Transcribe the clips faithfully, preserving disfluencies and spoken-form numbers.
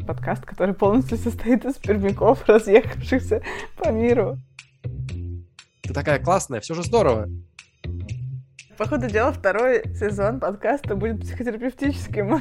подкаст, который полностью состоит из пермяков, разъехавшихся по миру. Ты такая классная, все же здорово. По ходу дела, второй сезон подкаста будет психотерапевтическим.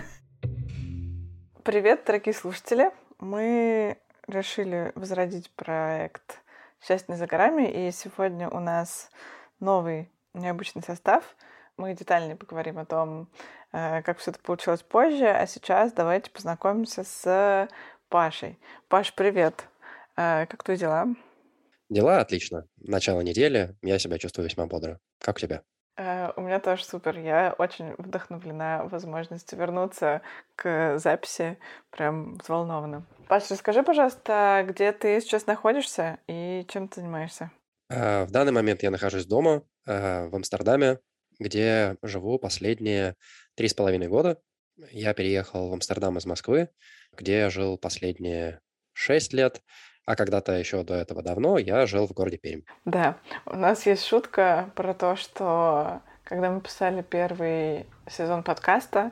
Привет, дорогие слушатели. Мы решили возродить проект «Счастье не за горами», и сегодня у нас новый необычный состав. Мы детальнее поговорим о том, как все это получилось позже, а сейчас давайте познакомимся с Пашей. Паш, привет. Как твои дела? Дела отлично. Начало недели, я себя чувствую весьма бодро. Как у тебя? У меня тоже супер. Я очень вдохновлена возможностью вернуться к записи. Прям взволнована. Паш, расскажи, пожалуйста, где ты сейчас находишься и чем ты занимаешься? В данный момент я нахожусь дома, в Амстердаме, где живу последние три с половиной года. Я переехал в Амстердам из Москвы, где я жил последние шесть лет, а когда-то еще до этого давно я жил в городе Пермь. Да, у нас есть шутка про то, что когда мы писали первый сезон подкаста,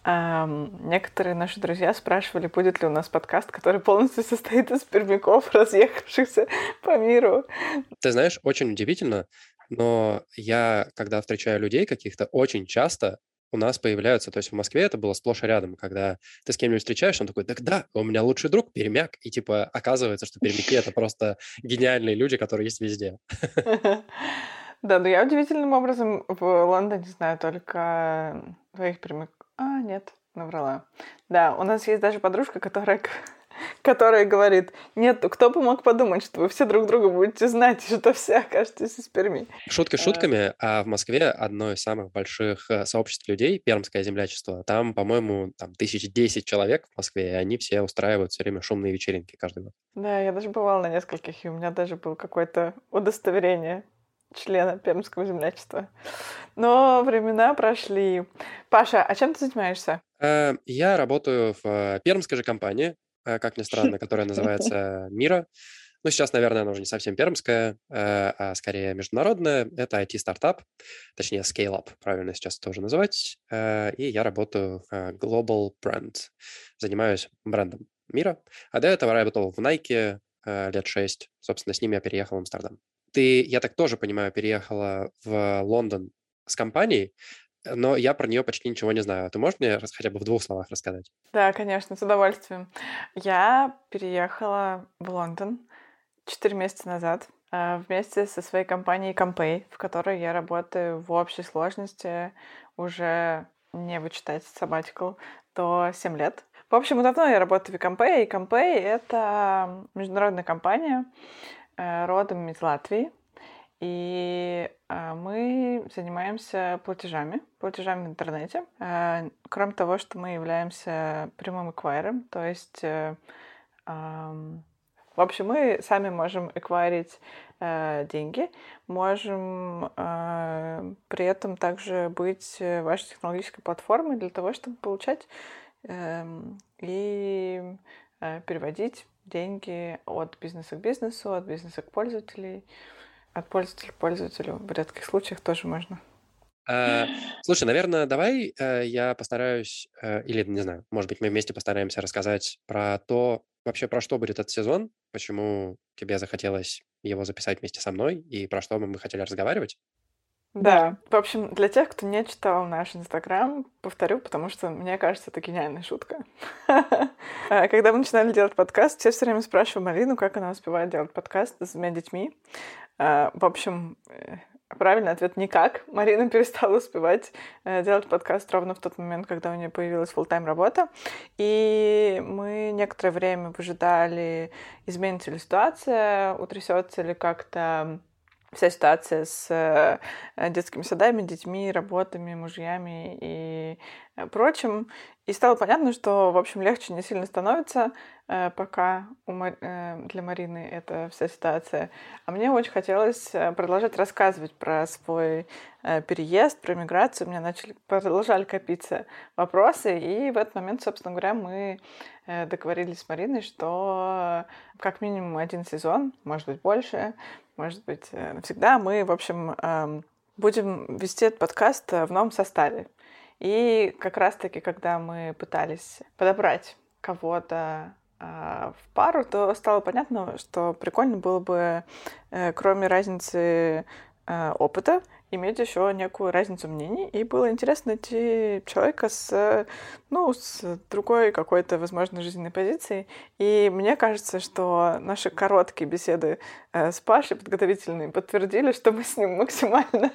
эм, некоторые наши друзья спрашивали, будет ли у нас подкаст, который полностью состоит из пермяков, разъехавшихся по миру. Ты знаешь, очень удивительно, но я, когда встречаю людей каких-то, очень часто у нас появляются, то есть в Москве это было сплошь и рядом, когда ты с кем-нибудь встречаешься, он такой, так да, у меня лучший друг пермяк, и типа оказывается, что пермяки — это просто гениальные люди, которые есть везде. Да, но я удивительным образом в Лондоне знаю только двоих пермяков. А, нет, наврала. Да, у нас есть даже подружка, которая... которая говорит, нет, кто бы мог подумать, что вы все друг друга будете знать, и что все окажетесь из Перми. Шутки шутками, а в Москве одно из самых больших сообществ людей, Пермское землячество, там, по-моему, там тысяч десять человек в Москве, и они все устраивают все время шумные вечеринки каждый год. Да, я даже бывала на нескольких, и у меня даже было какое-то удостоверение члена Пермского землячества. Но времена прошли. Паша, а чем ты занимаешься? Я работаю в пермской же компании, как ни странно, которая называется «Мира». Ну, сейчас, наверное, она уже не совсем пермская, а скорее международная. Это ай ти-стартап, точнее, scale-up, правильно сейчас тоже называть. И я работаю в Global Brand, занимаюсь брендом «Мира». А до этого работал в Nike лет шесть. Собственно, с ними я переехал в Амстердам. Ты, я так тоже понимаю, переехала в Лондон с компанией, но я про нее почти ничего не знаю. Ты можешь мне хотя бы в двух словах рассказать? Да, конечно, с удовольствием. Я переехала в Лондон четыре месяца назад вместе со своей компанией Compay, в которой я работаю в общей сложности уже, не вычитать sabbatical, то семь лет. В общем, давно я работаю в Compay, и Compay — это международная компания родом из Латвии. И мы занимаемся платежами, платежами в интернете. Кроме того, что мы являемся прямым эквайром, то есть, в общем, мы сами можем эквайрить деньги, можем при этом также быть вашей технологической платформой для того, чтобы получать и переводить деньги от бизнеса к бизнесу, от бизнеса к пользователю. От пользователя к пользователю в редких случаях тоже можно. А, слушай, наверное, давай а, я постараюсь, а, или, не знаю, может быть, мы вместе постараемся рассказать про то, вообще про что будет этот сезон, почему тебе захотелось его записать вместе со мной и про что мы бы хотели разговаривать. Да. В общем, для тех, кто не читал наш Инстаграм, повторю, потому что, мне кажется, это гениальная шутка. Когда мы начинали делать подкаст, все все время спрашивали Марину, как она успевает делать подкаст с двумя детьми. В общем, правильный ответ — никак. Марина перестала успевать делать подкаст ровно в тот момент, когда у нее появилась фулл-тайм работа. И мы некоторое время выжидали, изменится ли ситуация, утрясется ли как-то вся ситуация с детскими садами, детьми, работами, мужьями и прочим. И стало понятно, что, в общем, легче не сильно становится, пока у Мар... для Марины эта вся ситуация. А мне очень хотелось продолжать рассказывать про свой переезд, про миграцию. У меня начали, продолжали копиться вопросы, и в этот момент, собственно говоря, мы договорились с Мариной, что как минимум один сезон, может быть, больше, может быть, навсегда, мы, в общем, будем вести этот подкаст в новом составе. И как раз-таки, когда мы пытались подобрать кого-то а, в пару, то стало понятно, что прикольно было бы, э, кроме разницы э, опыта, иметь еще некую разницу мнений. И было интересно найти человека с, ну, с другой какой-то, возможно, жизненной позицией. И мне кажется, что наши короткие беседы э, с Пашей подготовительные подтвердили, что мы с ним максимально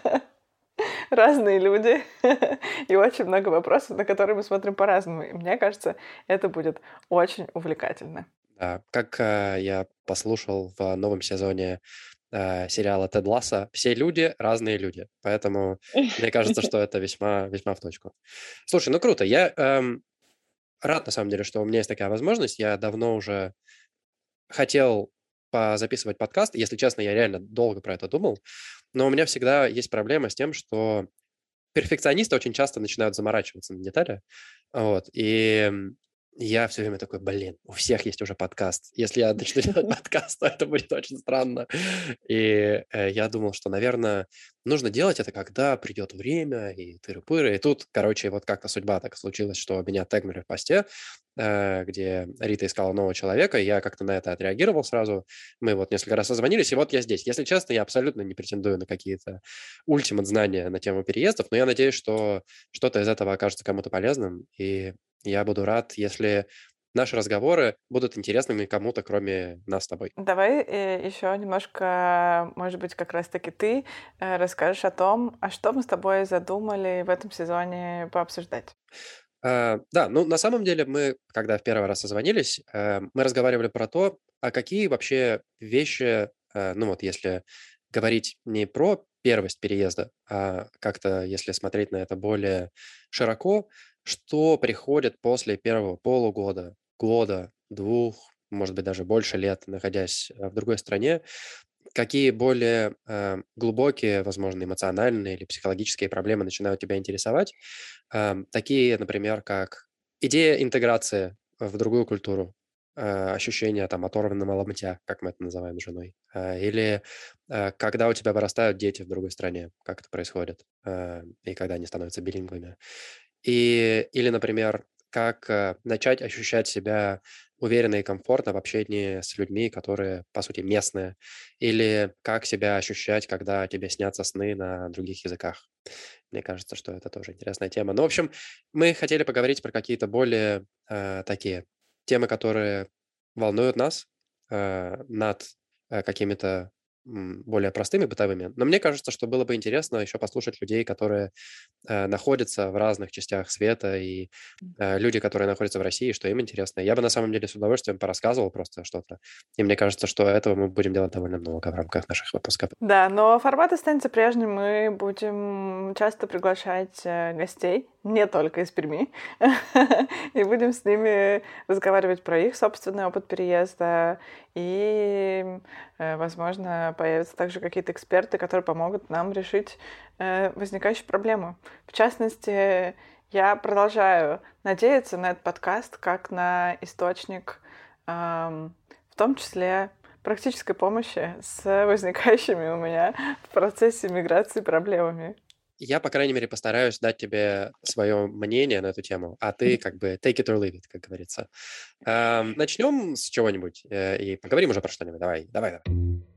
разные люди и очень много вопросов, на которые мы смотрим по-разному. И мне кажется, это будет очень увлекательно. Да, как э, я послушал в новом сезоне э, сериала «Тед Лассо», все люди — разные люди. Поэтому мне кажется, что это весьма, весьма в точку. Слушай, ну круто. Я эм, рад, на самом деле, что у меня есть такая возможность. Я давно уже хотел записывать подкаст. Если честно, я реально долго про это думал. Но у меня всегда есть проблема с тем, что перфекционисты очень часто начинают заморачиваться на детали. Вот. И м, я все время такой, блин, у всех есть уже подкаст. Если я начну делать подкаст, то это будет очень странно. И э, я думал, что, наверное, нужно делать это, когда придет время, и тыры-пыры. И тут, короче, вот как-то судьба так случилась, что меня тегнули в посте, э, где Рита искала нового человека, и я как-то на это отреагировал сразу. Мы вот несколько раз созвонились, и вот я здесь. Если честно, я абсолютно не претендую на какие-то ультимат знания на тему переездов, но я надеюсь, что что-то из этого окажется кому-то полезным, и я буду рад, если наши разговоры будут интересными кому-то, кроме нас с тобой. Давай э, еще немножко, может быть, как раз-таки ты э, расскажешь о том, а что мы с тобой задумали в этом сезоне пообсуждать. А, да, ну на самом деле мы, когда в первый раз созвонились, э, мы разговаривали про то, а какие вообще вещи, э, ну вот если говорить не про первость переезда, а как-то, если смотреть на это более широко, что приходит после первого полугода, года, двух, может быть, даже больше лет, находясь э, в другой стране, какие более э, глубокие, возможно, эмоциональные или психологические проблемы начинают тебя интересовать. Эм, такие, например, как идея интеграции в другую культуру, э, ощущение там оторванного ломтя, как мы это называем с женой, э, или э, когда у тебя вырастают дети в другой стране, как это происходит, э, и когда они становятся билингвами. И, или, например, как э, начать ощущать себя уверенно и комфортно в общении с людьми, которые, по сути, местные. Или как себя ощущать, когда тебе снятся сны на других языках. Мне кажется, что это тоже интересная тема. Ну, в общем, мы хотели поговорить про какие-то более э, такие темы, которые волнуют нас э, над э, какими-то м, более простыми бытовыми. Но мне кажется, что было бы интересно еще послушать людей, которые э, находятся в разных частях света, и э, люди, которые находятся в России, что им интересно. Я бы на самом деле с удовольствием порассказывал просто что-то. И мне кажется, что этого мы будем делать довольно много в рамках наших выпусков. Да, но формат останется прежним. Мы будем часто приглашать э, гостей, не только из Перми, и будем с ними разговаривать про их собственный опыт переезда. И, э, возможно, появятся также какие-то эксперты, которые помогут нам решить э, возникающие проблемы. В частности, я продолжаю надеяться на этот подкаст как на источник, эм, в том числе практической помощи с возникающими у меня в процессе миграции проблемами. Я, по крайней мере, постараюсь дать тебе свое мнение на эту тему, а ты как бы take it or leave it, как говорится. Эм, начнем с чего-нибудь э, и поговорим уже про что-нибудь. Давай, давай, давай.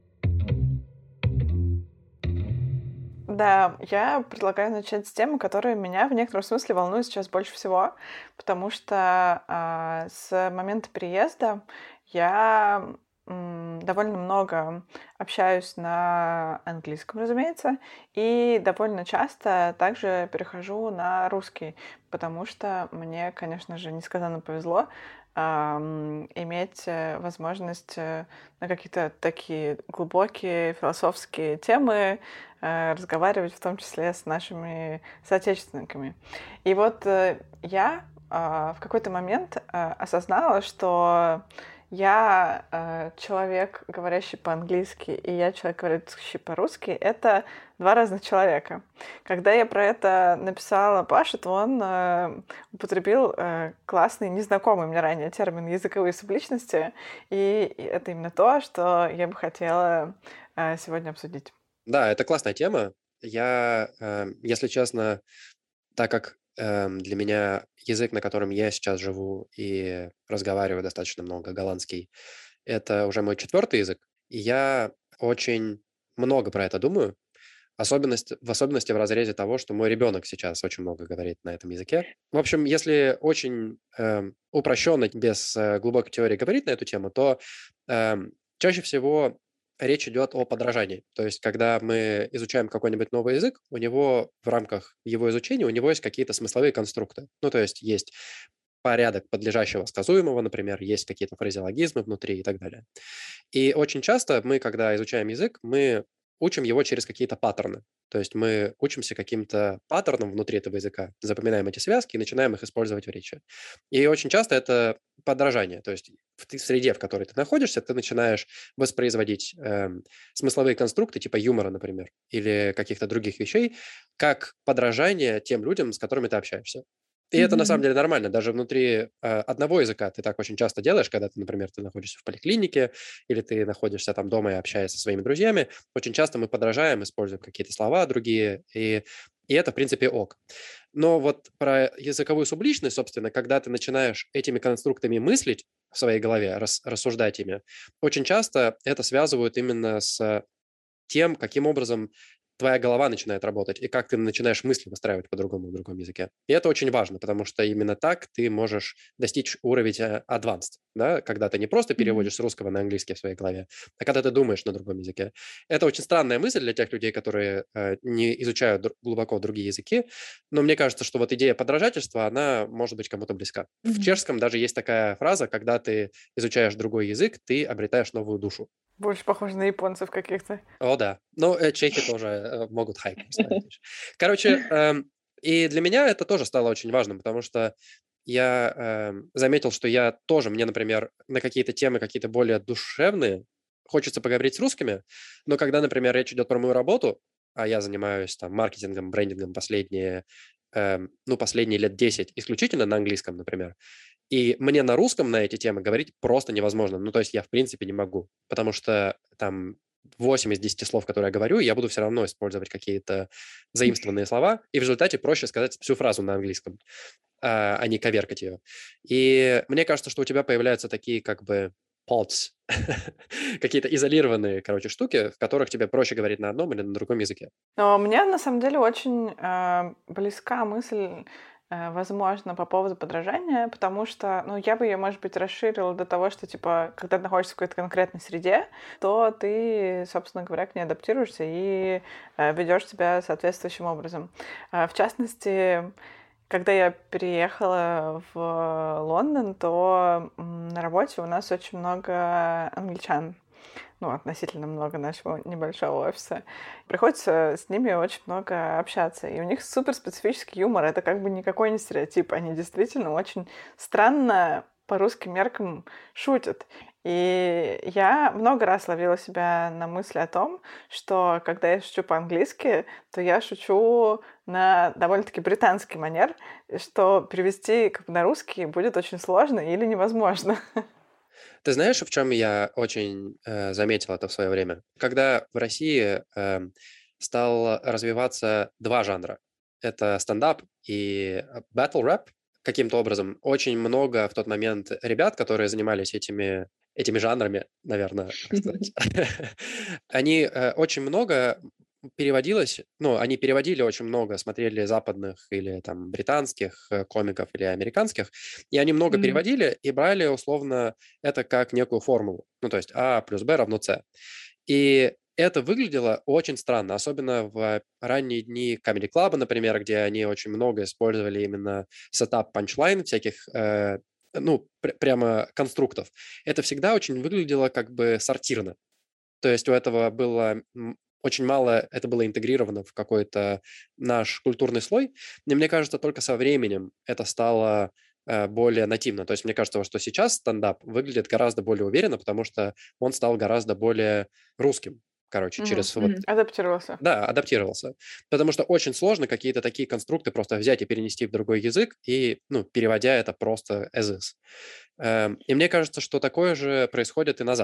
Да, я предлагаю начать с темы, которая меня в некотором смысле волнует сейчас больше всего, потому что а, с момента переезда я м, довольно много общаюсь на английском, разумеется, и довольно часто также перехожу на русский, потому что мне, конечно же, несказанно повезло ам, иметь э, возможность э, на какие-то такие глубокие философские темы э, разговаривать, в том числе с нашими соотечественниками. И вот э, я э, в какой-то момент э, осознала, что я э, человек, говорящий по-английски, и я человек, говорящий по-русски, это два разных человека. Когда я про это написала Паше, то он э, употребил э, классный, незнакомый мне ранее термин «языковые субличности», и это именно то, что я бы хотела э, сегодня обсудить. Да, это классная тема. Я, э, если честно, так как эм, для меня язык, на котором я сейчас живу и разговариваю достаточно много, голландский, это уже мой четвертый язык, и я очень много про это думаю, особенность, в особенности в разрезе того, что мой ребенок сейчас очень много говорит на этом языке. В общем, если очень эм, упрощенно, без э, глубокой теории говорить на эту тему, то эм, чаще всего речь идет о подражании. То есть, когда мы изучаем какой-нибудь новый язык, у него в рамках его изучения у него есть какие-то смысловые конструкты. Ну, то есть есть порядок подлежащего сказуемого, например, есть какие-то фразеологизмы внутри и так далее. И очень часто мы, когда изучаем язык, мы учим его через какие-то паттерны. То есть мы учимся каким-то паттернам внутри этого языка, запоминаем эти связки и начинаем их использовать в речи. И очень часто это подражание. То есть в ты- в среде, в которой ты находишься, ты начинаешь воспроизводить эм, смысловые конструкты, типа юмора, например, или каких-то других вещей, как подражание тем людям, с которыми ты общаешься. И это на самом Мгм. деле нормально. Даже внутри э, одного языка ты так очень часто делаешь, когда ты, например, ты находишься в поликлинике, или ты находишься там дома и общаешься со своими друзьями, очень часто мы подражаем, используем какие-то слова другие, и, и это, в принципе, ок. Но вот про языковую субличность, собственно, когда ты начинаешь этими конструктами мыслить в своей голове, рас- рассуждать ими, очень часто это связывают именно с тем, каким образом твоя голова начинает работать и как ты начинаешь мысли выстраивать по-другому в другом языке. И это очень важно, потому что именно так ты можешь достичь уровня э, advanced, да, когда ты не просто Мгм. переводишь с русского на английский в своей голове, а когда ты думаешь на другом языке. Это очень странная мысль для тех людей, которые э, не изучают дру- глубоко другие языки, но мне кажется, что вот идея подражательства, она может быть кому-то близка. В Мгм. чешском даже есть такая фраза, когда ты изучаешь другой язык, ты обретаешь новую душу. Больше похоже на японцев каких-то. О да. Ну, э, чехи тоже, э, могут хайп поставить еще. Короче, эм, и для меня это тоже стало очень важным, потому что я, эм, заметил, что я тоже, мне, например, на какие-то темы, какие-то более душевные, хочется поговорить с русскими, но когда, например, речь идет про мою работу, а я занимаюсь там маркетингом, брендингом последние, эм, ну, последние лет десять исключительно на английском, например, и мне на русском на эти темы говорить просто невозможно. Ну, то есть я, в принципе, не могу, потому что там восемь из десяти слов, которые я говорю, я буду все равно использовать какие-то заимствованные слова, и в результате проще сказать всю фразу на английском, а, а не коверкать ее. И мне кажется, что у тебя появляются такие как бы pods, какие-то изолированные, короче, штуки, в которых тебе проще говорить на одном или на другом языке. Но мне на самом деле очень э, близка мысль, э, возможно, по поводу подражания, потому что, ну, я бы ее, может быть, расширила до того, что, типа, когда ты находишься в какой-то конкретной среде, то ты, собственно говоря, к ней адаптируешься и э, ведешь себя соответствующим образом. Э, в частности, когда я переехала в Лондон, то м, на работе у нас очень много англичан, ну, относительно много нашего небольшого офиса. Приходится с ними очень много общаться. И у них супер специфический юмор. Это как бы никакой не стереотип. Они действительно очень странно по русским меркам шутят. И я много раз ловила себя на мысли о том, что когда я шучу по-английски, то я шучу на довольно-таки британский манер, что перевести как бы на русский будет очень сложно или невозможно. Ты знаешь, в чем я очень э, заметил это в свое время? Когда в России эм, стал развиваться два жанра. Это стендап и battle рэп. Каким-то образом очень много в тот момент ребят, которые занимались этими, этими жанрами, наверное, так сказать, они э, очень много переводилось, ну, они переводили очень много, смотрели западных или там британских э, комиков или американских, и они много М. переводили и брали условно это как некую формулу. Ну, то есть А плюс Б равно С. И это выглядело очень странно, особенно в ранние дни Comedy Club, например, где они очень много использовали именно сетап панчлайн всяких, э, ну, пр- прямо конструктов. Это всегда очень выглядело как бы сортирно. То есть у этого было м, очень мало, это было интегрировано в какой-то наш культурный слой. И мне кажется, только со временем это стало э, более нативно. То есть мне кажется, что сейчас стендап выглядит гораздо более уверенно, потому что он стал гораздо более русским. Короче, Мгм. через вот Адаптировался. да, адаптировался. Потому что очень сложно какие-то такие конструкты просто взять и перенести в другой язык, и, ну, переводя это просто as is. Эм, И мне кажется, что такое же происходит и назад.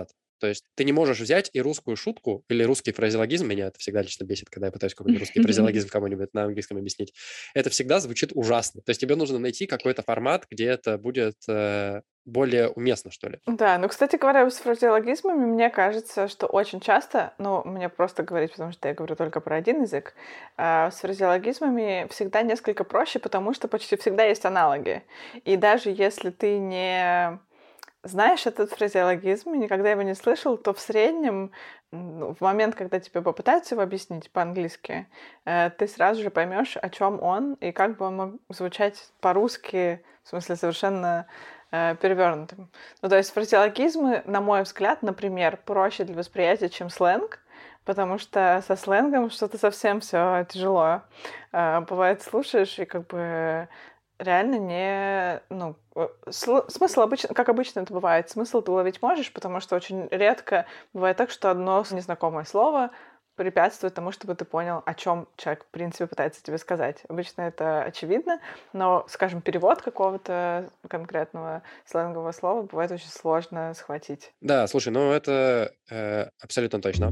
То есть ты не можешь взять и русскую шутку или русский фразеологизм, меня это всегда лично бесит, когда я пытаюсь какой-нибудь русский фразеологизм кому-нибудь на английском объяснить, это всегда звучит ужасно. То есть тебе нужно найти какой-то формат, где это будет э, более уместно, что ли. Да, ну, кстати говоря, с фразеологизмами, мне кажется, что очень часто, ну, мне просто говорить, потому что я говорю только про один язык, а с фразеологизмами всегда несколько проще, потому что почти всегда есть аналоги. И даже если ты не знаешь этот фразеологизм и никогда его не слышал, то в среднем ну, в момент, когда тебе попытаются его объяснить по-английски, э, ты сразу же поймешь, о чем он и как бы он мог звучать по-русски, в смысле совершенно э, перевернутым. Ну, то есть фразеологизмы, на мой взгляд, например, проще для восприятия, чем сленг, потому что со сленгом что-то совсем все тяжело. Э, бывает, слушаешь и как бы реально не... Ну, сл- смысл обычно, как обычно это бывает, смысл ты уловить можешь, потому что очень редко бывает так, что одно незнакомое слово препятствует тому, чтобы ты понял, о чем человек, в принципе, пытается тебе сказать. Обычно это очевидно, но, скажем, перевод какого-то конкретного сленгового слова бывает очень сложно схватить. Да, слушай, ну это э, абсолютно точно.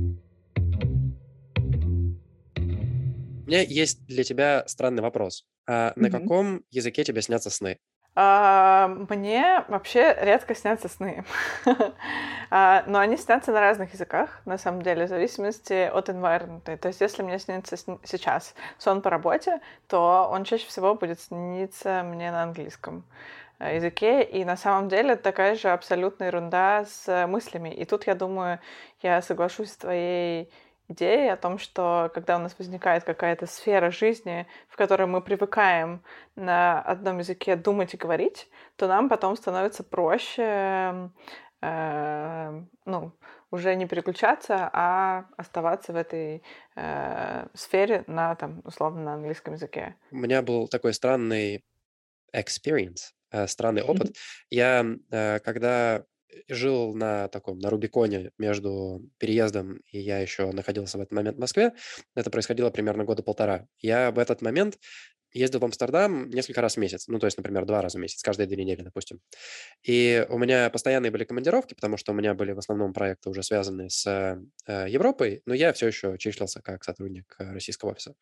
У меня есть для тебя странный вопрос. А на Мгм. каком языке тебе снятся сны? А, Мне вообще редко снятся сны. А, Но они снятся на разных языках, на самом деле, в зависимости от environment. То есть, если мне снится сн- сейчас сон по работе, то он чаще всего будет сниться мне на английском э, языке. И на самом деле это такая же абсолютная ерунда с мыслями. И тут, я думаю, я соглашусь с твоей идеей о том, что когда у нас возникает какая-то сфера жизни, в которой мы привыкаем на одном языке думать и говорить, то нам потом становится проще э, ну, уже не переключаться, а оставаться в этой э, сфере на, там, условно, на английском языке. У меня был такой странный experience, э, странный опыт. Я, э, когда жил на таком, на Рубиконе между переездом, и я еще находился в этот момент в Москве, это происходило примерно года полтора. Я в этот момент ездил в Амстердам несколько раз в месяц, ну, то есть, например, два раза в месяц, каждые две недели, допустим. И у меня постоянные были командировки, потому что у меня были в основном проекты уже связанные с э, Европой, но я все еще числился как сотрудник э, российского офиса.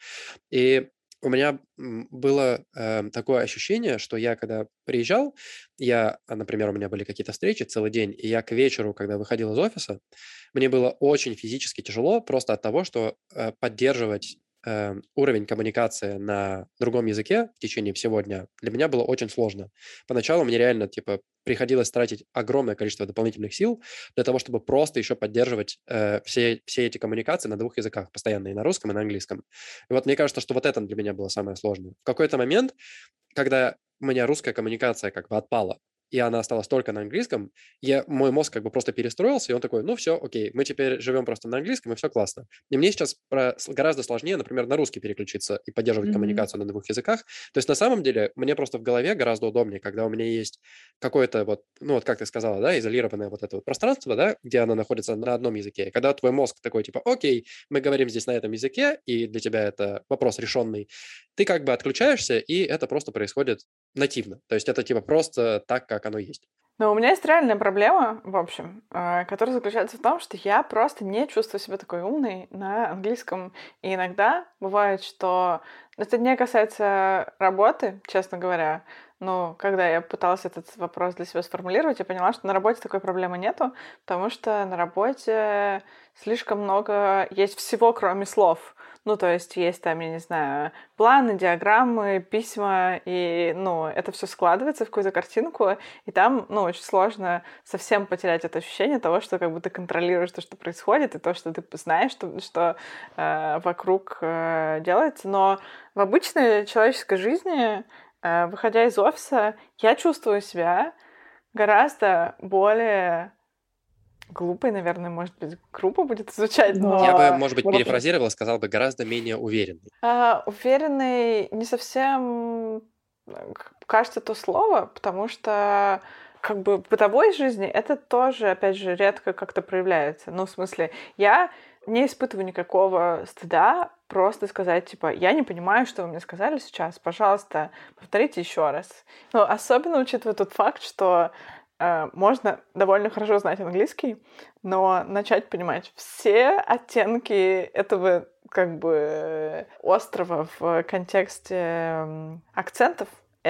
И у меня м, было э, такое ощущение, что я когда приезжал, я, а, например, у меня были какие-то встречи целый день, и я к вечеру, когда выходил из офиса, мне было очень физически тяжело просто от того, что э, поддерживать э, уровень коммуникации на другом языке в течение всего дня для меня было очень сложно. Поначалу мне реально типа приходилось тратить огромное количество дополнительных сил для того, чтобы просто еще поддерживать э, все, все эти коммуникации на двух языках, постоянно и на русском, и на английском. И вот мне кажется, что вот это для меня было самое сложное. В какой-то момент, когда у меня русская коммуникация как бы отпала, и она осталась только на английском, я, мой мозг как бы просто перестроился, и он такой, ну все, окей, мы теперь живем просто на английском, и все классно. И мне сейчас про, гораздо сложнее, например, на русский переключиться и поддерживать Мгм. коммуникацию на двух языках. То есть на самом деле мне просто в голове гораздо удобнее, когда у меня есть какое-то вот, ну вот как ты сказала, да, изолированное вот это вот пространство, да, где оно находится на одном языке. И когда твой мозг такой типа, окей, мы говорим здесь на этом языке, и для тебя это вопрос решенный, ты как бы отключаешься, и это просто происходит нативно. То есть это типа просто так, как оно есть. Но у меня есть реальная проблема, в общем, э, которая заключается в том, что я просто не чувствую себя такой умной на английском. И иногда бывает, что это не касается работы, честно говоря. Но когда я пыталась этот вопрос для себя сформулировать, я поняла, что на работе такой проблемы нету, потому что на работе слишком много есть всего, кроме слов. Ну, то есть есть там, я не знаю, планы, диаграммы, письма, и, ну, это все складывается в какую-то картинку, и там, ну, очень сложно совсем потерять это ощущение того, что как бы ты контролируешь то, что происходит, и то, что ты знаешь, что, что э, вокруг э, делается. Но в обычной человеческой жизни, э, выходя из офиса, я чувствую себя гораздо более глупой, наверное, может быть, грубо будет звучать, Я бы, но может быть, перефразировал и сказал бы гораздо менее уверенный. а, уверенный не совсем э, к- кажется то слово, потому что как бы в бытовой жизни это тоже, опять же, редко как-то проявляется. Ну, в смысле, я не испытываю никакого стыда просто сказать, типа, я не понимаю, что вы мне сказали сейчас, пожалуйста, повторите еще раз. Ну, особенно учитывая тот факт, что э, можно довольно хорошо знать английский, но начать понимать все оттенки этого как бы острова в контексте м, акцентов,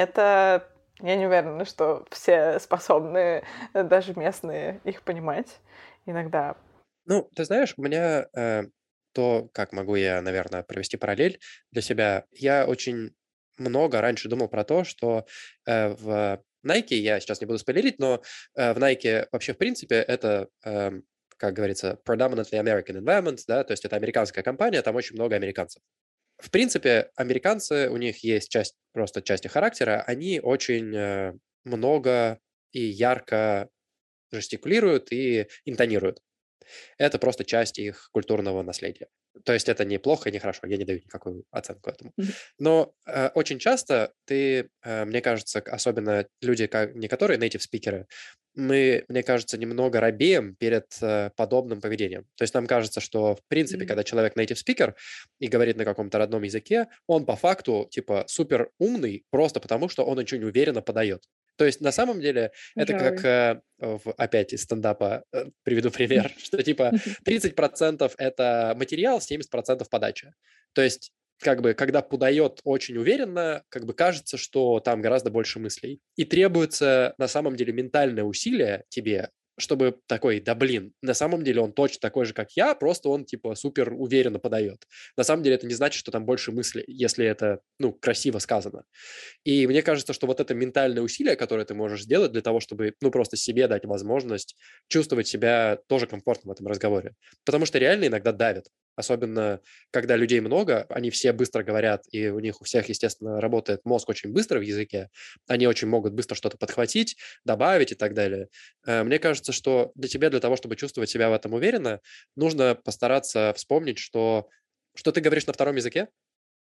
это я не уверена, что все способны, э, даже местные, их понимать иногда. Ну, ты знаешь, у меня э, то, как могу я, наверное, провести параллель для себя, я очень много раньше думал про то, что э, в Nike, я сейчас не буду спойлерить, но э, в Nike вообще, в принципе, это, эм, как говорится, predominantly American environment, да, то есть это американская компания, там очень много американцев. В принципе, американцы, у них есть часть, просто части характера, они очень э, много и ярко жестикулируют и интонируют. Это просто часть их культурного наследия. То есть это не плохо и не хорошо, я не даю никакую оценку этому. Но э, очень часто ты, э, мне кажется, к- особенно люди, как, не которые native спикеры, мы, мне кажется, немного робеем перед э, подобным поведением. То есть нам кажется, что, в принципе, Мгм. когда человек native спикер и говорит на каком-то родном языке, он по факту, типа, супер умный просто потому, что он очень уверенно подает. То есть на самом деле это как, Пожалуй. э, в- опять из стендапа э, приведу пример, что типа тридцать процентов это материал, семьдесят процентов подача. То есть как бы, когда подает очень уверенно, как бы кажется, что там гораздо больше мыслей. И требуется на самом деле ментальное усилие тебе, чтобы такой, да блин, на самом деле он точно такой же, как я, просто он типа супер уверенно подает. На самом деле это не значит, что там больше мыслей, если это, ну, красиво сказано. И мне кажется, что вот это ментальное усилие, которое ты можешь сделать для того, чтобы, ну, просто себе дать возможность чувствовать себя тоже комфортно в этом разговоре. Потому что реально иногда давит. Особенно, когда людей много, они все быстро говорят, и у них у всех, естественно, работает мозг очень быстро в языке, они очень могут быстро что-то подхватить, добавить и так далее. Э, Мне кажется, что для тебя, для того, чтобы чувствовать себя в этом уверенно, нужно постараться вспомнить, что, что ты говоришь на втором языке,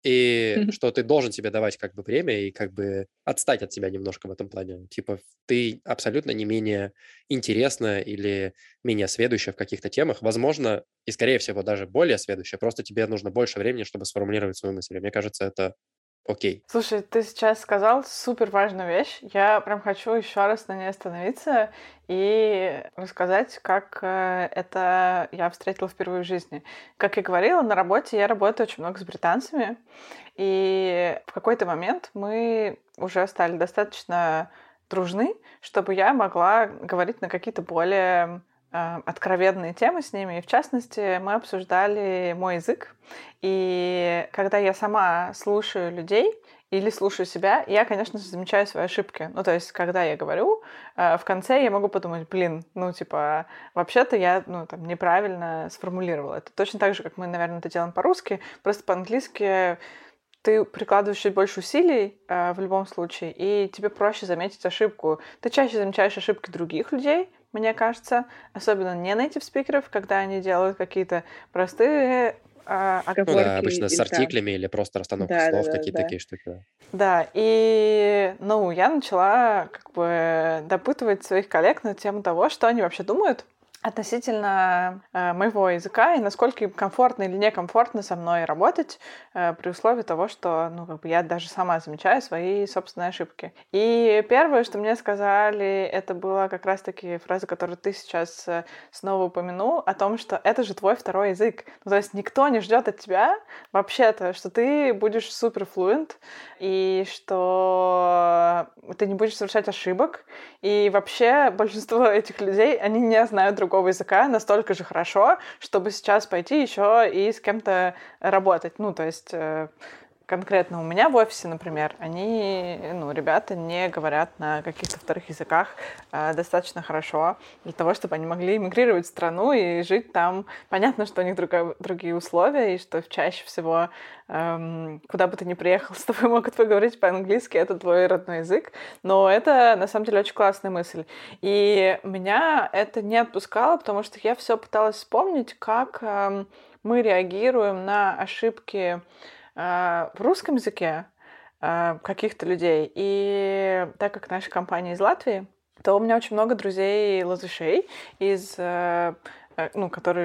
и что ты должен себе давать как бы время и как бы отстать от себя немножко в этом плане. Типа ты абсолютно не менее интересна или менее сведущая в каких-то темах. Возможно, и скорее всего даже более сведущая. Просто тебе нужно больше времени, чтобы сформулировать свою мысль. И мне кажется, это окей. Слушай, ты сейчас сказал супер важную вещь. Я прям хочу еще раз на ней остановиться и рассказать, как э, это я встретила впервые в жизни. Как я говорила, на работе я работаю очень много с британцами, и в какой-то момент мы уже стали достаточно дружны, чтобы я могла говорить на какие-то более э, откровенные темы с ними. И в частности, мы обсуждали мой язык. И когда я сама слушаю людей, или слушаю себя, я, конечно же, замечаю свои ошибки. Ну, то есть, когда я говорю, э, в конце я могу подумать, блин, ну, типа, вообще-то я, ну, там, неправильно сформулировала. Это точно так же, как мы, наверное, это делаем по-русски, просто по-английски ты прикладываешь чуть больше усилий э, в любом случае, и тебе проще заметить ошибку. Ты чаще замечаешь ошибки других людей, мне кажется, особенно не native спикеров, когда они делают какие-то простые э, Ну да, оговорки обычно с или да. артиклями или просто расстановка Да, да, слов, да, какие-то да. такие штуки. Да. Да, и, ну, я начала как бы допытывать своих коллег на тему того, что они вообще думают относительно э, моего языка и насколько им комфортно или некомфортно со мной работать э, при условии того, что, ну, как бы я даже сама замечаю свои собственные ошибки. И первое, что мне сказали, это была как раз-таки фраза, которую ты сейчас э, снова упомянул, о том, что это же твой второй язык. Ну, то есть никто не ждет от тебя вообще-то, что ты будешь супер флуент и что ты не будешь совершать ошибок. И вообще большинство этих людей, они не знают другого языка настолько же хорошо, чтобы сейчас пойти еще и с кем-то работать. Ну, то есть э, конкретно у меня в офисе, например, они, ну, ребята не говорят на каких-то вторых языках э, достаточно хорошо для того, чтобы они могли эмигрировать в страну и жить там. Понятно, что у них друга- другие условия, и что чаще всего эм, куда бы ты ни приехал, с тобой могут поговорить по-английски, это твой родной язык. Но это, на самом деле, очень классная мысль. И меня это не отпускало, потому что я все пыталась вспомнить, как эм, мы реагируем на ошибки э, в русском языке э, каких-то людей. И так как наша компания из Латвии, то у меня очень много друзей латышей, из, э, э, ну, которые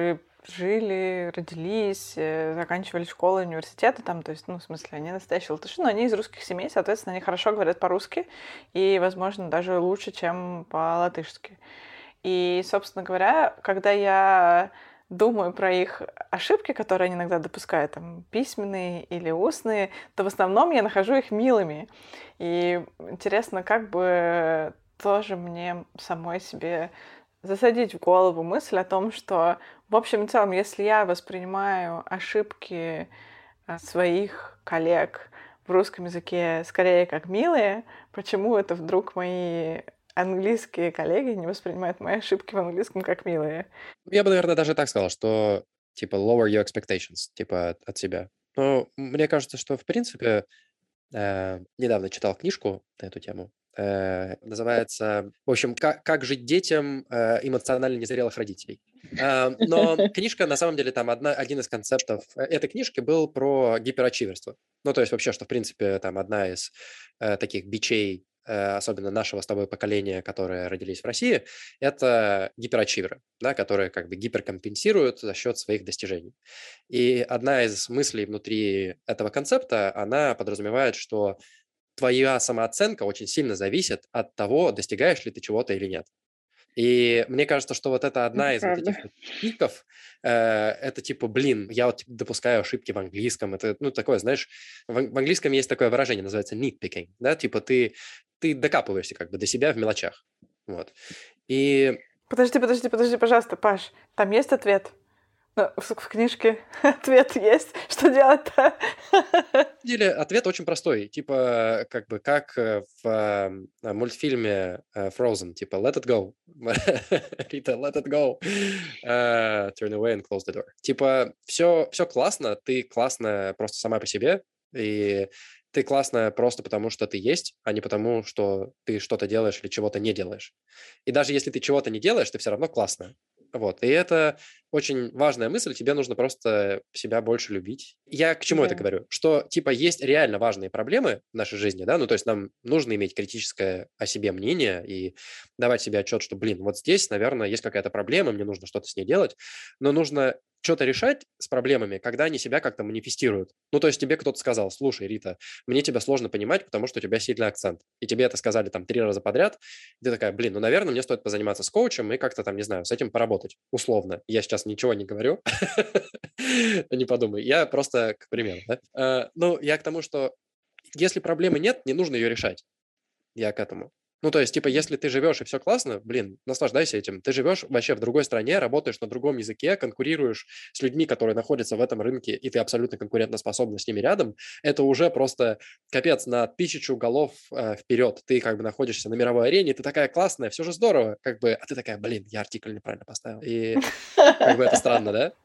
жили, родились, э, заканчивали школу, университеты там, то есть, ну, в смысле, они настоящие латыши, но они из русских семей, соответственно, они хорошо говорят по-русски и, возможно, даже лучше, чем по-латышски. И, собственно говоря, когда я думаю про их ошибки, которые они иногда допускают, там, письменные или устные, то в основном я нахожу их милыми. И интересно, как бы тоже мне самой себе засадить в голову мысль о том, что, в общем и целом, если я воспринимаю ошибки э, своих коллег в русском языке скорее как милые, почему это вдруг мои английские коллеги не воспринимают мои ошибки в английском как милые? Я бы, наверное, даже так сказал, что типа lower your expectations, типа от, от себя. Но мне кажется, что в принципе э, недавно читал книжку на эту тему. Э, называется, в общем, как, как жить детям э, эмоционально незрелых родителей. Э, но книжка, на самом деле, там одна, один из концептов э, этой книжки был про гиперачиверство. Ну, то есть вообще, что, в принципе, там одна из э, таких бичей, э, особенно нашего с тобой поколения, которые родились в России, это гиперачиверы, да, которые как бы гиперкомпенсируют за счет своих достижений. И одна из мыслей внутри этого концепта, она подразумевает, что твоя самооценка очень сильно зависит от того, достигаешь ли ты чего-то или нет. И мне кажется, что вот это одна Это из вот правда. этих вот пиков, э, это типа, блин, я вот допускаю ошибки в английском. Это, ну, такое, знаешь, в, ан- в английском есть такое выражение, называется nitpicking, да, типа ты, ты докапываешься как бы до себя в мелочах. Вот. И Подожди, подожди, подожди, пожалуйста, Паш, там есть ответ? Ну, в, в книжке ответ есть. Что делать-то? на самом деле ответ очень простой. Типа, как бы, как э, в э, мультфильме э, Frozen, типа, let it go. Рита, let it go. Э, Turn away and close the door. Типа, все, все классно, ты классная просто сама по себе, и ты классная просто потому, что ты есть, а не потому, что ты что-то делаешь или чего-то не делаешь. И даже если ты чего-то не делаешь, ты все равно классная. Вот. И это очень важная мысль, тебе нужно просто себя больше любить. Я к чему это Да. говорю? Что, типа, есть реально важные проблемы в нашей жизни, да, ну, то есть нам нужно иметь критическое о себе мнение и давать себе отчет, что, блин, вот здесь, наверное, есть какая-то проблема, мне нужно что-то с ней делать, но нужно что-то решать с проблемами, когда они себя как-то манифестируют. Ну, то есть тебе кто-то сказал, слушай, Рита, мне тебя сложно понимать, потому что у тебя сильный акцент. И тебе это сказали там три раза подряд, и ты такая, блин, ну, наверное, мне стоит позаниматься с коучем и как-то там, не знаю, с этим поработать, условно. Я сейчас ничего не говорю, не подумай. Я просто к примеру, да? Э, Ну, я к тому, что если проблемы нет, не нужно ее решать. Я к этому. Ну, то есть, типа, если ты живешь и все классно, блин, наслаждайся этим. Ты живешь вообще в другой стране, работаешь на другом языке, конкурируешь с людьми, которые находятся в этом рынке, и ты абсолютно конкурентоспособна с ними рядом. Это уже просто капец на тысячу голов э, вперед. Ты как бы находишься на мировой арене, ты такая классная, все же здорово, как бы, а ты такая, блин, я артикль неправильно поставил. И как бы это странно, да?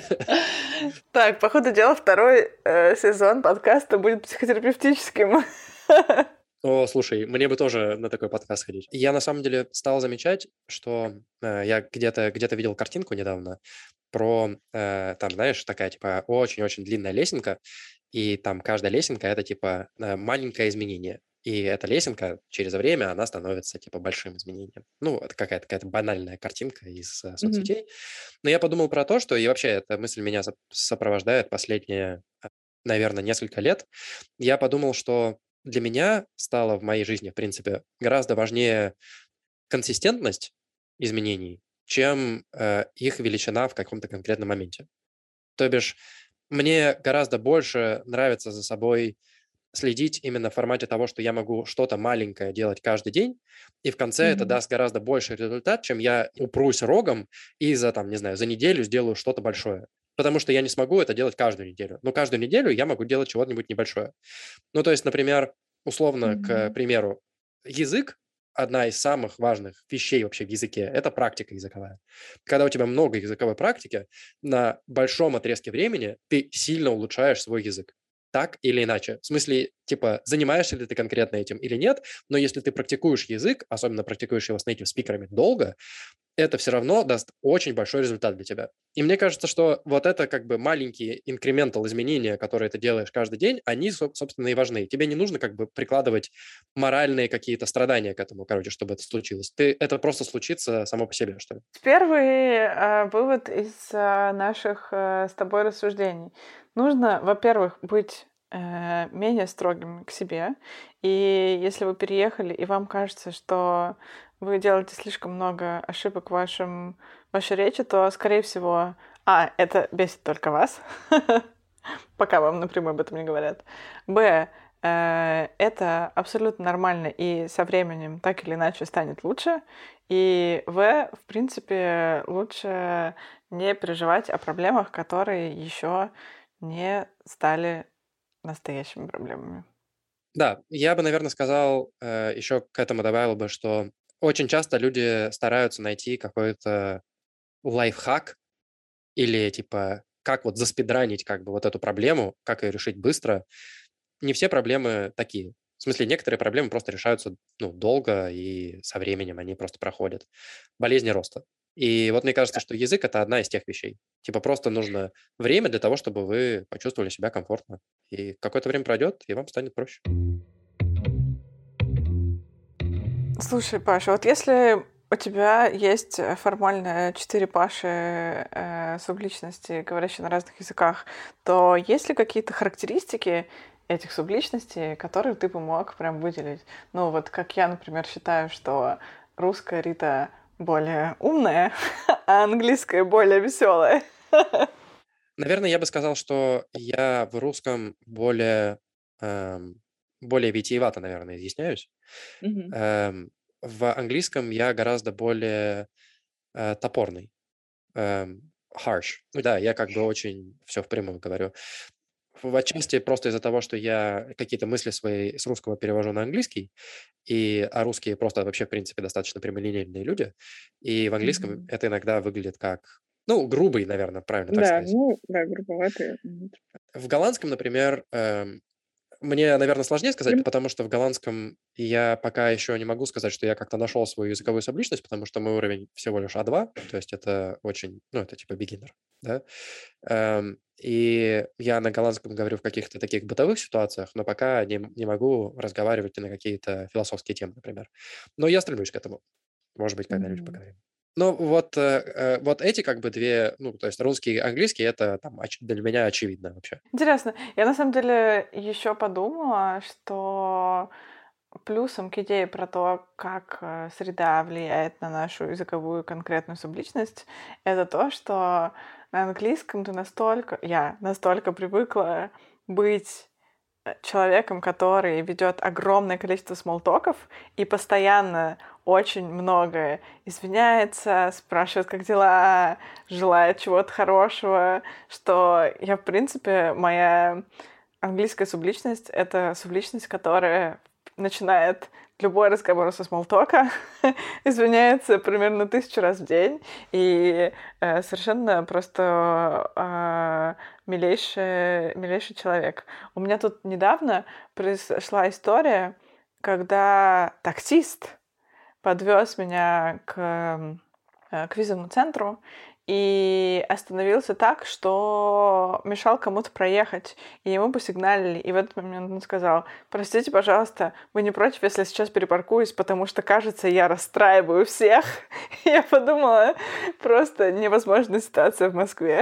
Так, по ходу дела, второй э, сезон подкаста будет психотерапевтическим. О, слушай, мне бы тоже на такой подкаст ходить. Я на самом деле стал замечать, что э, я где-то где-то видел картинку недавно про, э, там, знаешь, такая, типа, очень-очень длинная лесенка, и там каждая лесенка — это, типа, э, маленькое изменение. И эта лесенка через время, она становится, типа, большим изменением. Ну, это какая-то какая-то банальная картинка из э, Мгм. соцсетей. Но я подумал про то, что, и вообще эта мысль меня соп- сопровождает последние, э, наверное, несколько лет. Я подумал, что для меня стало в моей жизни, в принципе, гораздо важнее консистентность изменений, чем э, их величина в каком-то конкретном моменте. То бишь, мне гораздо больше нравится за собой следить именно в формате того, что я могу что-то маленькое делать каждый день, и в конце это Мгм. даст гораздо больший результат, чем я упрусь рогом и за, там, не знаю, за неделю сделаю что-то большое. Потому что я не смогу это делать каждую неделю. Но каждую неделю я могу делать чего-нибудь небольшое. Ну, то есть, например, условно, к Мгм. примеру, язык, одна из самых важных вещей вообще в языке — это практика языковая. Когда у тебя много языковой практики, на большом отрезке времени ты сильно улучшаешь свой язык. Так или иначе. В смысле, типа, занимаешься ли ты конкретно этим или нет, но если ты практикуешь язык, особенно практикуешь его с нейтив спикерами долго, это все равно даст очень большой результат для тебя. И мне кажется, что вот это как бы маленькие инкрементал изменения, которые ты делаешь каждый день, они, собственно, и важны. Тебе не нужно как бы прикладывать моральные какие-то страдания к этому, короче, чтобы это случилось. Ты, это просто случится само по себе, что ли. Первый э, вывод из э, наших э, с тобой рассуждений. Нужно, во-первых, быть э, менее строгим к себе. И если вы переехали, и вам кажется, что вы делаете слишком много ошибок в вашем, вашей речи, то, скорее всего, а, это бесит только вас, пока вам напрямую об этом не говорят. Б, э, это абсолютно нормально, и со временем так или иначе станет лучше. И В, в принципе, лучше не переживать о проблемах, которые еще не стали настоящими проблемами. Да, я бы, наверное, сказал, э, еще к этому добавил бы, что очень часто люди стараются найти какой-то лайфхак или типа как вот заспидранить как бы вот эту проблему, как ее решить быстро. Не все проблемы такие. В смысле, некоторые проблемы просто решаются ну, долго, и со временем они просто проходят. Болезни роста. И вот мне кажется, что язык — это одна из тех вещей. Типа просто нужно время для того, чтобы вы почувствовали себя комфортно. И какое-то время пройдет, и вам станет проще. Слушай, Паша, вот если у тебя есть э, формально четыре Паши э, субличности, говорящие на разных языках, то есть ли какие-то характеристики этих субличностей, которые ты бы мог прям выделить? Ну, вот как я, например, считаю, что русская Рита более умная, а английская более веселая. Наверное, я бы сказал, что я в русском более, эм, более витиевато, наверное, изъясняюсь. Мгм. Эм, в английском я гораздо более э, топорный. эм, harsh. Ну да, я как бы очень все впрямую говорю. В отчасти просто из-за того, что я какие-то мысли свои с русского перевожу на английский, и, а русские просто вообще, в принципе, достаточно прямолинейные люди, и в английском Мгм. это иногда выглядит как, ну, грубый, наверное, правильно так Да, сказать. ну, да, грубоватые. Мгм. В голландском, например, эм, мне, наверное, сложнее сказать, Прям- потому что в голландском я пока еще не могу сказать, что я как-то нашел свою языковую субличность, потому что мой уровень всего лишь а два, то есть это очень, ну, это типа beginner, да. Эм, И я на голландском говорю в каких-то таких бытовых ситуациях, но пока не, не могу разговаривать на какие-то философские темы, например. Но я стремлюсь к этому. Может быть, когда-нибудь Мгм. поговорим. Ну, вот, э, э, вот эти как бы две, ну, то есть русский и английский, это там оч- для меня очевидно вообще. Интересно. Я на самом деле еще подумала, что плюсом к идее про то, как э, среда влияет на нашу языковую конкретную субличность, это то, что на английском ты настолько, я настолько привыкла быть э, человеком, который ведет огромное количество смолтоков и постоянно очень многое извиняется, спрашивает, как дела, желает чего-то хорошего, что я, в принципе, моя английская субличность — это субличность, которая начинает любой разговор со смолтока, извиняется примерно тысячу раз в день, и э, совершенно просто э, милейший, милейший человек. У меня тут недавно произошла история, когда таксист подвез меня к, э, к визовому центру и остановился так, что мешал кому-то проехать, и ему посигналили, и в этот момент он сказал: «Простите, пожалуйста, вы не против, если я сейчас перепаркуюсь, потому что, кажется, я расстраиваю всех?» И я подумала, просто невозможная ситуация в Москве.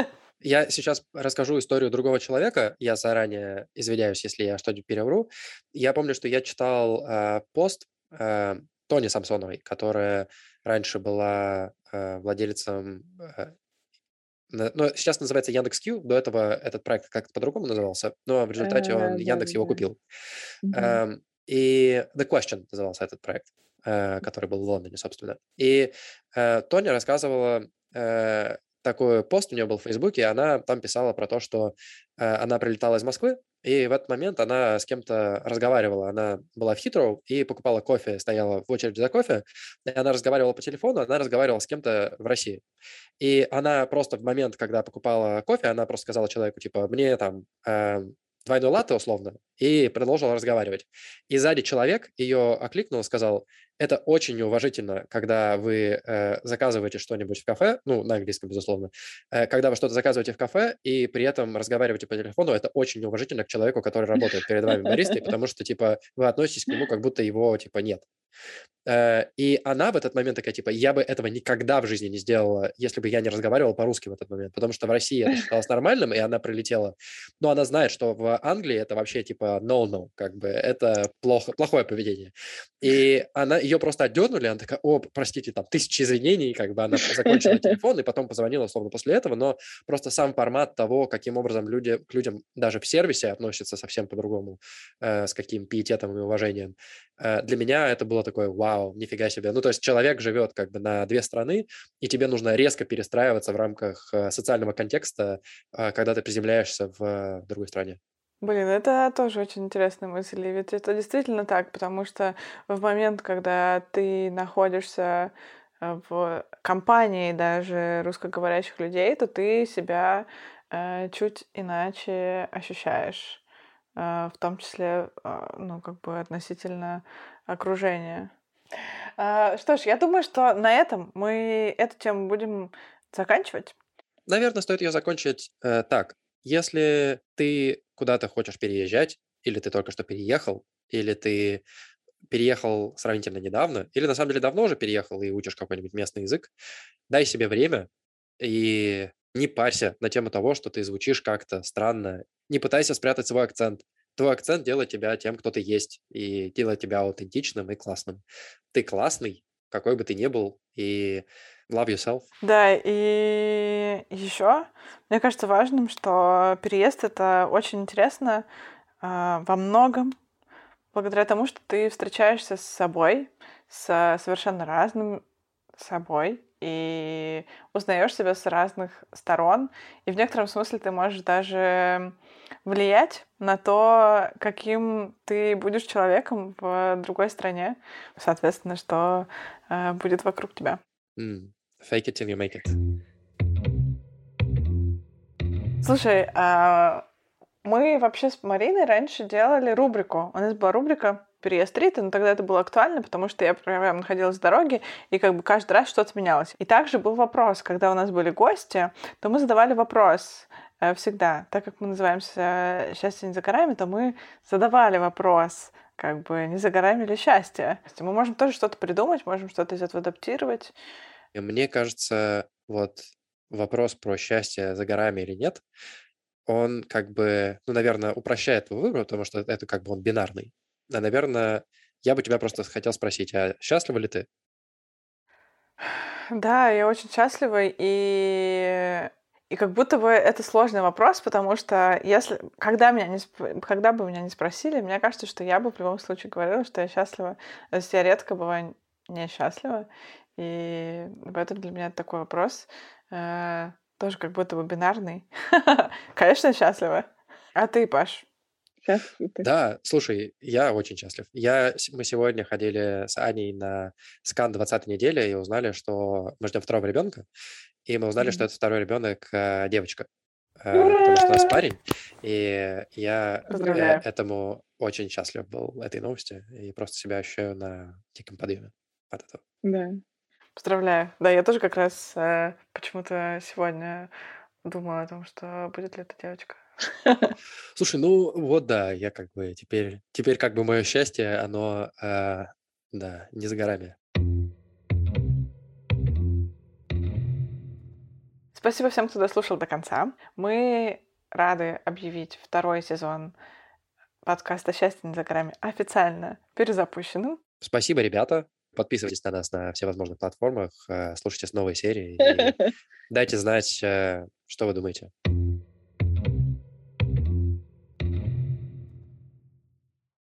Я сейчас расскажу историю другого человека. Я заранее извиняюсь, если я что-нибудь перевру. Я помню, что я читал э, пост э, Тони Самсоновой, которая раньше была э, владельцем, э, на- ну, сейчас называется Яндекс.Кью, до этого этот проект как-то по-другому назывался, но в результате он, Яндекс его Да-да-да. купил. Мгм. Эм, И The Question назывался этот проект, э, который был в Лондоне, собственно. И э, Тоня рассказывала э, такой пост у нее был в Фейсбуке, и она там писала про то, что э, она прилетала из Москвы, и в этот момент она с кем-то разговаривала. Она была в Хитроу и покупала кофе, стояла в очереди за кофе, и она разговаривала по телефону, она разговаривала с кем-то в России. И она просто в момент, когда покупала кофе, она просто сказала человеку, типа, мне там э, двойной латте условно, и продолжил разговаривать. И сзади человек ее окликнул и сказал: это очень неуважительно, когда вы э, заказываете что-нибудь в кафе, ну, на английском, безусловно, э, когда вы что-то заказываете в кафе и при этом разговариваете по телефону, это очень неуважительно к человеку, который работает перед вами баристой, потому что, типа, вы относитесь к нему, как будто его, типа, нет. Э, И она в этот момент такая, типа, я бы этого никогда в жизни не сделала, если бы я не разговаривала по-русски в этот момент, потому что в России это считалось нормальным, и она прилетела. Но она знает, что в Англии это вообще, типа, no-no, как бы, это плохо, плохое поведение. И она, ее просто отдернули, она такая: о, простите, там, тысячи извинений, как бы она закончила телефон и потом позвонила, условно, после этого, но просто сам формат того, каким образом люди к людям даже в сервисе относятся совсем по-другому, э, с каким пиететом и уважением. Э, Для меня это было такое: вау, нифига себе. Ну, то есть человек живет как бы на две страны, и тебе нужно резко перестраиваться в рамках э, социального контекста, э, когда ты приземляешься в э, другой стране. Блин, это тоже очень интересная мысль, и ведь это действительно так, потому что в момент, когда ты находишься э, в компании даже русскоговорящих людей, то ты себя э, чуть иначе ощущаешь, э, в том числе, э, ну, как бы относительно окружения. А, Что ж, я думаю, что на этом мы эту тему будем заканчивать. Наверное, стоит ее закончить э, так. Если ты куда-то хочешь переезжать, или ты только что переехал, или ты переехал сравнительно недавно, или на самом деле давно уже переехал и учишь какой-нибудь местный язык, дай себе время и не парься на тему того, что ты звучишь как-то странно. Не пытайся спрятать свой акцент. Твой акцент делает тебя тем, кто ты есть, и делает тебя аутентичным и классным. Ты классный, какой бы ты ни был, и love yourself. Да, и еще мне кажется важным, что переезд это очень интересно а, во многом благодаря тому, что ты встречаешься с собой, с совершенно разным собой, и узнаешь себя с разных сторон. И в некотором смысле ты можешь даже влиять на то, каким ты будешь человеком в другой стране, соответственно, что э, будет вокруг тебя. М, Fake it till you make it. Слушай, а мы вообще с Мариной раньше делали рубрику. У нас была рубрика «Переезд Риты», но тогда это было актуально, потому что я прям находилась в дороге, и как бы каждый раз что-то менялось. И также был вопрос, когда у нас были гости, то мы задавали вопрос э, всегда. Так как мы называемся «Счастье не за горами», то мы задавали вопрос, как бы не за горами ли счастье. То есть мы можем тоже что-то придумать, можем что-то из этого адаптировать. И мне кажется, вот вопрос про счастье за горами или нет, он как бы, ну, наверное, упрощает твой выбор, потому что это как бы он бинарный. А, наверное, я бы тебя просто хотел спросить: а счастлива ли ты? Да, я очень счастлива, и и как будто бы это сложный вопрос, потому что если когда меня не сп- когда бы меня не спросили, мне кажется, что я бы в любом случае говорила, что я счастлива. То есть я редко бываю несчастлива, и поэтому для меня это такой вопрос э, тоже как будто бы бинарный. Конечно, счастлива. А ты, Паш? Счастлива ты? Да, слушай, я очень счастлив. Я, с- мы сегодня ходили с Аней на скан двадцатой недели и узнали, что мы ждем второго ребенка, и мы узнали, что Мгм. это второй ребенок э, девочка, Э, потому что у нас Ура! парень, и я э, Поздравляю. этому очень счастлив был, этой новости, и просто себя ощущаю на диком подъеме от этого. Да. Поздравляю. Да, я тоже как раз э, почему-то сегодня думала о том, что будет ли это девочка. Слушай, ну вот да, я как бы теперь, теперь как бы мое счастье, оно, э, да, не за горами. Спасибо всем, кто дослушал до конца. Мы рады объявить второй сезон подкаста «Счастье не за горами» официально перезапущенным. Спасибо, ребята. Подписывайтесь на нас на всевозможных платформах, э, слушайте с новые серии и дайте знать, э, что вы думаете.